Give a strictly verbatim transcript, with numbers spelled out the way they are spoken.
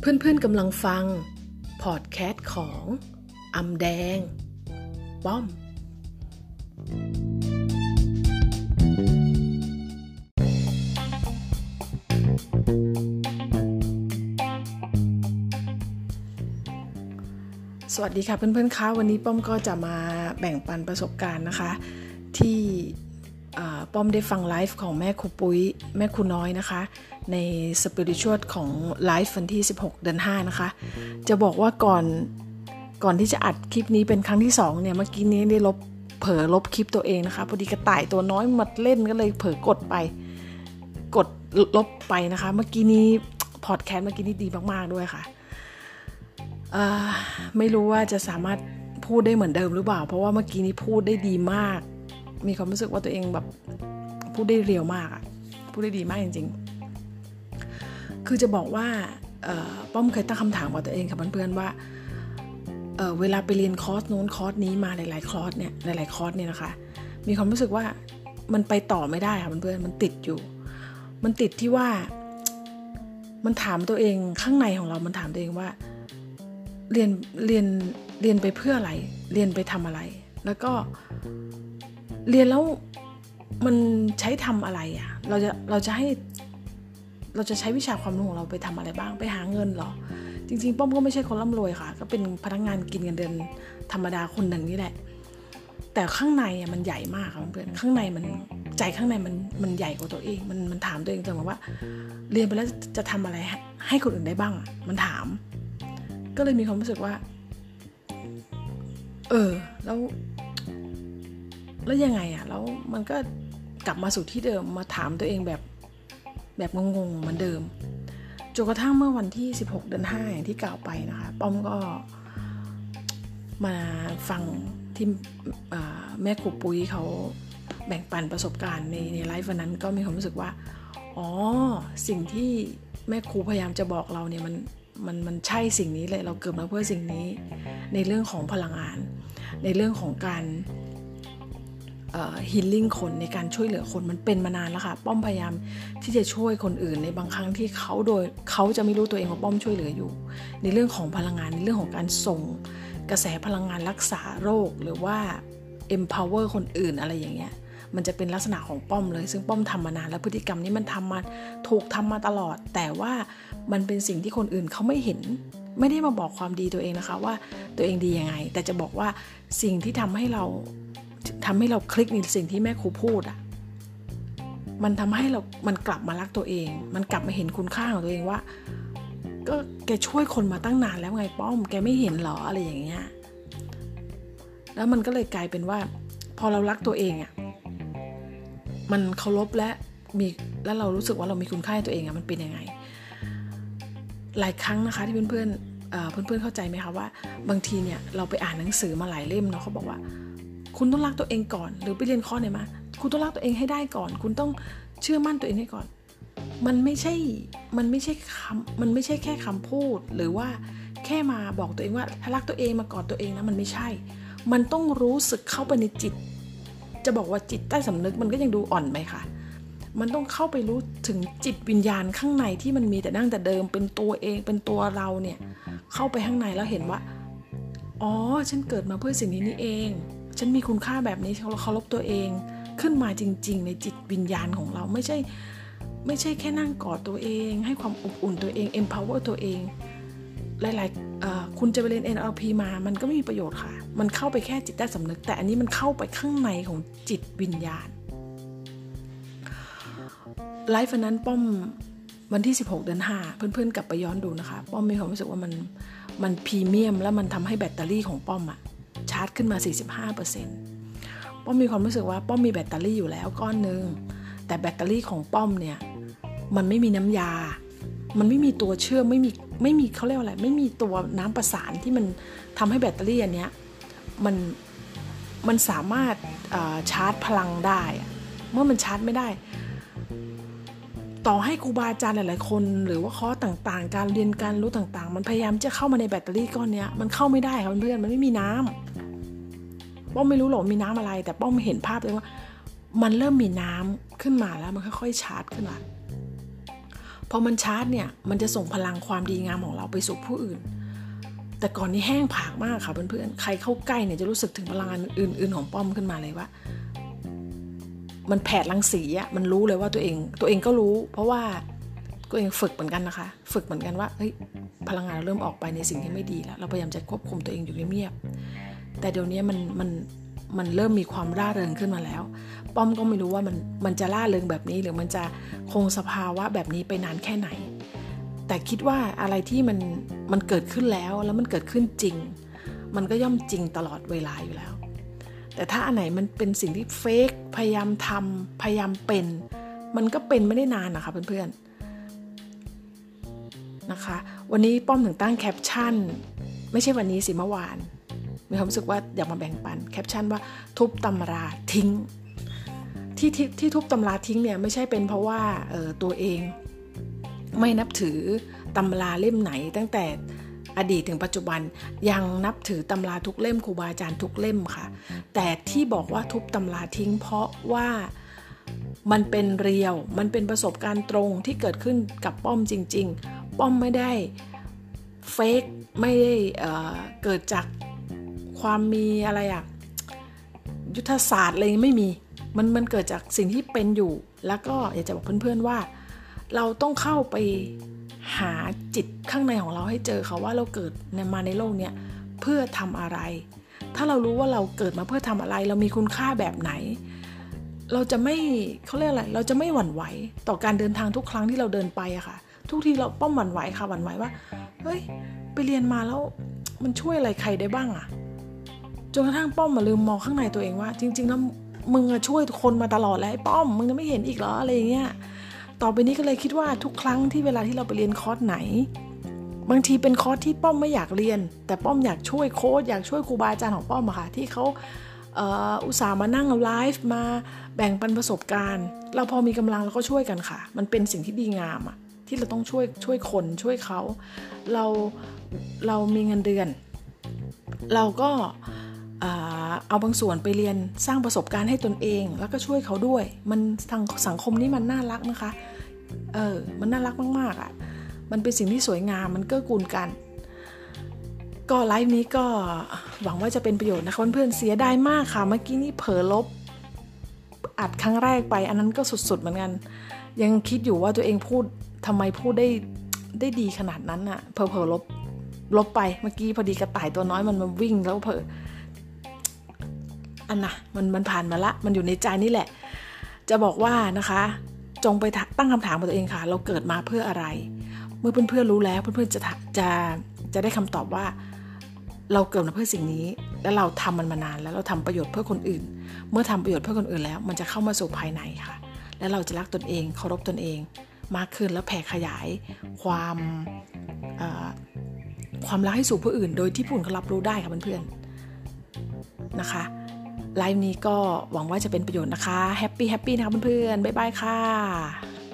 เพื่อนๆกำลังฟังพอดแคสต์ของอำแดงป้อมสวัสดีค่ะเพื่อนๆคะวันนี้ป้อมก็จะมาแบ่งปันประสบการณ์นะคะที่ป้อมได้ฟังไลฟ์ของแม่ครูปุ้ยแม่ครูน้อยนะคะใน Spiritual ของไลฟ์วันที่สิบหกเดือนห้านะคะจะบอกว่าก่อนก่อนที่จะอัดคลิปนี้เป็นครั้งที่สองเนี่ยเมื่อกี้นี้ได้ลบเผลอลบคลิปตัวเองนะคะพอดีกระต่ายตัวน้อยมาเล่นก็เลยเผลอกดไปกดลบไปนะคะเมื่อกี้นี้พอดแคสต์เมื่อกี้นี้ดีมากๆด้วยค่ะไม่รู้ว่าจะสามารถพูดได้เหมือนเดิมหรือเปล่าเพราะว่าเมื่อกี้นี้พูดได้ดีมากมีความรู้สึกว่าตัวเองแบบพูดได้เร็วมากอะพูดได้ดีมากจริงๆคือจะบอกว่าป้อมเคยตั้งคำถามกับตัวเองกับเพื่อนๆว่า เ, เวลาไปเรียนคอร์สโน้นคอร์สนี้มาหลายๆคอร์สเนี่ยหลายๆคอร์สเนี่ยนะคะมีความรู้สึกว่ามันไปต่อไม่ได้ค่ะเพื่อนๆมันติดอยู่มันติดที่ว่ามันถามตัวเองข้างในของเรามันถามตัวเองว่าเรียนเรียนเรียนไปเพื่ออะไรเรียนไปทำอะไรแล้วก็เรียนแล้วมันใช้ทำอะไรอ่ะเราจะเราจะให้เราจะใช้วิชาความรู้ของเราไปทำอะไรบ้างไปหาเงินเหรอจริงๆป้อมก็ไม่ใช่คนร่ำรวยค่ะก็เป็นพนักงานกินเงินเดือนธรรมดาคนหนึ่งนี่แหละแต่ข้างในอ่ะมันใหญ่มากค่ะเพื่อนข้างในมันใจข้างในมันมันใหญ่กว่าตัวเองมันมันถามตัวเองเสมอว่าเรียนไปแล้วจะทำอะไรให้คนอื่นได้บ้างอ่ะมันถามก็เลยมีความรู้สึกว่าเออแล้วแล้วยังไงอ่ะแล้วมันก็กลับมาสู่ที่เดิมมาถามตัวเองแบบแบบงงๆเหมือนเดิมจนกระทั่งเมื่อวันที่สิบหกเดือนห้าอย่างที่กล่าวไปนะคะป้อมก็มาฟังที่แม่ครูปุ้ยเขาแบ่งปันประสบการณ์ในในไลฟ์วันนั้นก็มีความรู้สึกว่าอ๋อสิ่งที่แม่ครูพยายามจะบอกเราเนี่ยมันมันมันใช่สิ่งนี้เลยเราเกิดมาเพื่อสิ่งนี้ในเรื่องของพลังงานในเรื่องของการเอ่อ healing คนในการช่วยเหลือคนมันเป็นมานานแล้วค่ะป้อมพยายามที่จะช่วยคนอื่นในบางครั้งที่เขาโดยเขาจะไม่รู้ตัวเองว่าป้อมช่วยเหลืออยู่ในเรื่องของพลังงานในเรื่องของการส่งกระแสพลังงานรักษาโรคหรือว่า empower คนอื่นอะไรอย่างเงี้ยมันจะเป็นลักษณะของป้อมเลยซึ่งป้อมทำมานานแล้วพฤติกรรมนี้มันทำมาถูกทำมาตลอดแต่ว่ามันเป็นสิ่งที่คนอื่นเขาไม่เห็นไม่ได้มาบอกความดีตัวเองนะคะว่าตัวเองดียังไงแต่จะบอกว่าสิ่งที่ทำให้เราทำให้เราคลิกในสิ่งที่แม่ครูพูดอ่ะมันทำให้เรามันกลับมารักตัวเองมันกลับมาเห็นคุณค่าของตัวเองว่าก็แกช่วยคนมาตั้งนานแล้วไงป้อมแกไม่เห็นหรออะไรอย่างเงี้ยแล้วมันก็เลยกลายเป็นว่าพอเรารักตัวเองอ่ะมันเคารพและมีแล้วเรารู้สึกว่าเรามีคุณค่าตัวเองอ่ะมันเป็นยังไงหลายครั้งนะคะที่เพื่อนๆเอ่อเพื่อนๆเข้าใจไหมคะว่าบางทีเนี่ยเราไปอ่านหนังสือมาหลายเล่มเนาะเขาบอกว่าคุณต้องรักตัวเองก่อนหรือไปเรียนคอร์สไหนมาคุณต้องรักตัวเองให้ได้ก่อนคุณต้องเชื่อมั่นตัวเองให้ก่อนมันไม่ใช่มันไม่ใช่คำมันไม่ใช่แค่คำพูดหรือว่าแค่มาบอกตัวเองว่าถ้ารักตัวเองมาก่อนตัวเองนะมันไม่ใช่มันต้องรู้สึกเข้าไปในจิตจะบอกว่าจิตใต้สำนึกมันก็ยังดูอ่อนไปค่ะมันต้องเข้าไปรู้ถึงจิตวิญญาณข้างในที่มันมีแต่ดั้งแต่เดิมเป็นตัวเองเป็นตัวเราเนี่ยเข้าไปข้างในแล้วเห็นว่าอ๋อฉันเกิดมาเพื่อสิ่งนี้นี่เองฉันมีคุณค่าแบบนี้เราเคารพตัวเองขึ้นมาจริงๆในจิตวิญญาณของเราไม่ใช่ไม่ใช่แค่นั่งกอดตัวเองให้ความอบอุ่นตัวเอง empower ตัวเองหลายๆคุณจะไปเรียน เอ็น แอล พี มามันก็ไม่มีประโยชน์ค่ะมันเข้าไปแค่จิตใต้สำนึกแต่อันนี้มันเข้าไปข้างในของจิตวิญญาณไลฟ์นั้นป้อมวันที่สิบหกเดือนห้าเพื่อนๆกลับไปย้อนดูนะคะป้อมมีความรู้สึกว่ามันมันพรีเมียมแล้วมันทำให้แบตเตอรี่ของป้อมอะชาร์จขึ้นมา สี่สิบห้าเปอร์เซ็นต์ ป้อมมีความรู้สึกว่าป้อมมีแบตเตอรี่อยู่แล้วก้อนนึงแต่แบตเตอรี่ของป้อมเนี่ยมันไม่มีน้ำยามันไม่มีตัวเชื่อมไม่มีไม่มีเขาเรียกว่าอะไรไม่มีตัวน้ำประสานที่มันทำให้แบตเตอรี่อันเนี้ยมันมันสามารถชาร์จพลังได้เมื่อมันชาร์จไม่ได้ต่อให้ครูบาอาจารย์หลายๆคนหรือว่าคอร์สต่างๆการเรียนการรู้ต่างๆมันพยายามจะเข้ามาในแบตเตอรี่ก้อนนี้มันเข้าไม่ได้ค่ะเพื่อนๆมันไม่มีน้ำป้อมไม่รู้หรอกมีน้ำอะไรแต่ป้อมเห็นภาพเลยว่ามันเริ่มมีน้ำขึ้นมาแล้วมันค่อยๆชาร์จขึ้นมาพพอมันชาร์จเนี่ยมันจะส่งพลังความดีงามของเราไปสู่ผู้อื่นแต่ก่อนนี้แห้งผากมากค่ะเพื่อนๆใครเข้าใกล้เนี่ยจะรู้สึกถึงพลังงานอื่นๆของป้อมขึ้นมาเลยว่ามันแผดรังสีอ่ะมันรู้เลยว่าตัวเองตัวเองก็รู้เพราะว่าตัวเองฝึกเหมือนกันนะคะฝึกเหมือนกันว่าเฮ้ยพลังงานเราเริ่มออกไปในสิ่งที่ไม่ดีแล้วเราพยายามจะควบคุมตัวเองอยู่เงียบๆแต่เดี๋ยวนี้มันมันมันเริ่มมีความร่าเริงขึ้นมาแล้วป้อมก็ไม่รู้ว่ามันมันจะร่าเริงแบบนี้หรือมันจะคงสภาวะแบบนี้ไปนานแค่ไหนแต่คิดว่าอะไรที่มันมันเกิดขึ้นแล้วแล้วมันเกิดขึ้นจริงมันก็ย่อมจริงตลอดเวลาอยู่แล้วแต่ถ้าอันไหนมันเป็นสิ่งที่เฟกพยายามทำพยายามเป็นมันก็เป็นไม่ได้นานนะคะเพื่อนๆนะคะวันนี้ป้อมถึงตั้งแคปชั่นไม่ใช่วันนี้สิเมื่อวานมีความรู้สึกว่าอยากมาแบ่งปันแคปชั่นว่าทุบตำราทิ้งที่ที่ที่ทุบตำราทิ้งเนี่ยไม่ใช่เป็นเพราะว่าเอ่อตัวเองไม่นับถือตำราเล่มไหนตั้งแต่อดีตถึงปัจจุบันยังนับถือตำราทุกเล่มครูบาอาจารย์ทุกเล่มค่ะแต่ที่บอกว่าทุบตำราทิ้งเพราะว่ามันเป็นเรียวมันเป็นประสบการณ์ตรงที่เกิดขึ้นกับป้อมจริงๆป้อมไม่ได้เฟกไม่ได้เอ่อเกิดจากความมีอะไรอะยุทธศาสตร์อะไรไม่มีมันมันเกิดจากสิ่งที่เป็นอยู่แล้วก็อยากจะบอกเพื่อนๆว่าเราต้องเข้าไปหาจิตข้างในของเราให้เจอค่ะว่าเราเกิดมาในโลกเนี้ยเพื่อทำอะไรถ้าเรารู้ว่าเราเกิดมาเพื่อทำอะไรเรามีคุณค่าแบบไหนเราจะไม่เขาเรียกอะไรเราจะไม่หวั่นไหวต่อการเดินทางทุกครั้งที่เราเดินไปอะค่ะทุกทีเราป้อมหวั่นไหวค่ะหวั่นไหวว่าเฮ้ยไปเรียนมาแล้วมันช่วยอะไรใครได้บ้างอะจนกระทั่งป้อมมาลืมมองข้างในตัวเองว่าจริงๆแล้วมึงช่วยคนมาตลอดแล้วไอ้ป้อมมึงจะไม่เห็นอีกเหรออะไรอย่างเงี้ยต่อไปนี้ก็เลยคิดว่าทุกครั้งที่เวลาที่เราไปเรียนคอร์สไหนบางทีเป็นคอร์สที่ป้อมไม่อยากเรียนแต่ป้อมอยากช่วยโค้ชอยากช่วยครูบาอาจารย์ของป้อมอะค่ะที่เขาเอ่ออุตส่าห์มานั่งไลฟ์มาแบ่งปันประสบการณ์เราพอมีกำลังเราก็ช่วยกันค่ะมันเป็นสิ่งที่ดีงามอะที่เราต้องช่วยช่วยคนช่วยเขาเราเรามีเงินเดือนเราก็เอาบางส่วนไปเรียนสร้างประสบการณ์ให้ตนเองแล้วก็ช่วยเขาด้วยมันทางสังคมนี้มันน่ารักนะคะเออมันน่ารักมากๆอ่ะมันเป็นสิ่งที่สวยงามมันเกื้อกูลกันก็ไลฟ์นี้ก็หวังว่าจะเป็นประโยชน์นะคะเพื่อนๆเสียดายมากค่ะเมื่อกี้นี่เผลอลบอัดครั้งแรกไปอันนั้นก็สุดๆเหมือนกันยังคิดอยู่ว่าตัวเองพูดทำไมพูดได้ได้ดีขนาดนั้นอ่ะเผลอๆลบลบไปเมื่อกี้พอดีกระต่ายตัวน้อยมันมาวิ่งแล้วเผลออันนะมันมันผ่านมาละมันอยู่ในใจนี่แหละจะบอกว่านะคะจงไปตั้งคำถามกับตัวเองค่ะเราเกิดมาเพื่ออะไรเมื่อเพื่อนๆรู้แล้วเพื่อนๆจะจะจะได้คำตอบว่าเราเกิดมาเพื่อสิ่งนี้แล้วเราทำมันมานานแล้วเราทำประโยชน์เพื่อคนอื่นเมื่อทำประโยชน์เพื่อคนอื่นแล้วมันจะเข้ามาสู่ภายในค่ะแล้วเราจะรักตนเองเคารพตนเองมากขึ้นแล้วแผ่ขยายความความรักให้สู่ผู้อื่นโดยที่ผู้อื่นเขารับรู้ได้ค่ะเพื่อนๆนะคะไลฟ์นี้ก็หวังว่าจะเป็นประโยชน์นะคะแฮปปี้แฮปปี้นะคะเพื่อนๆบ๊ายบายค่ะ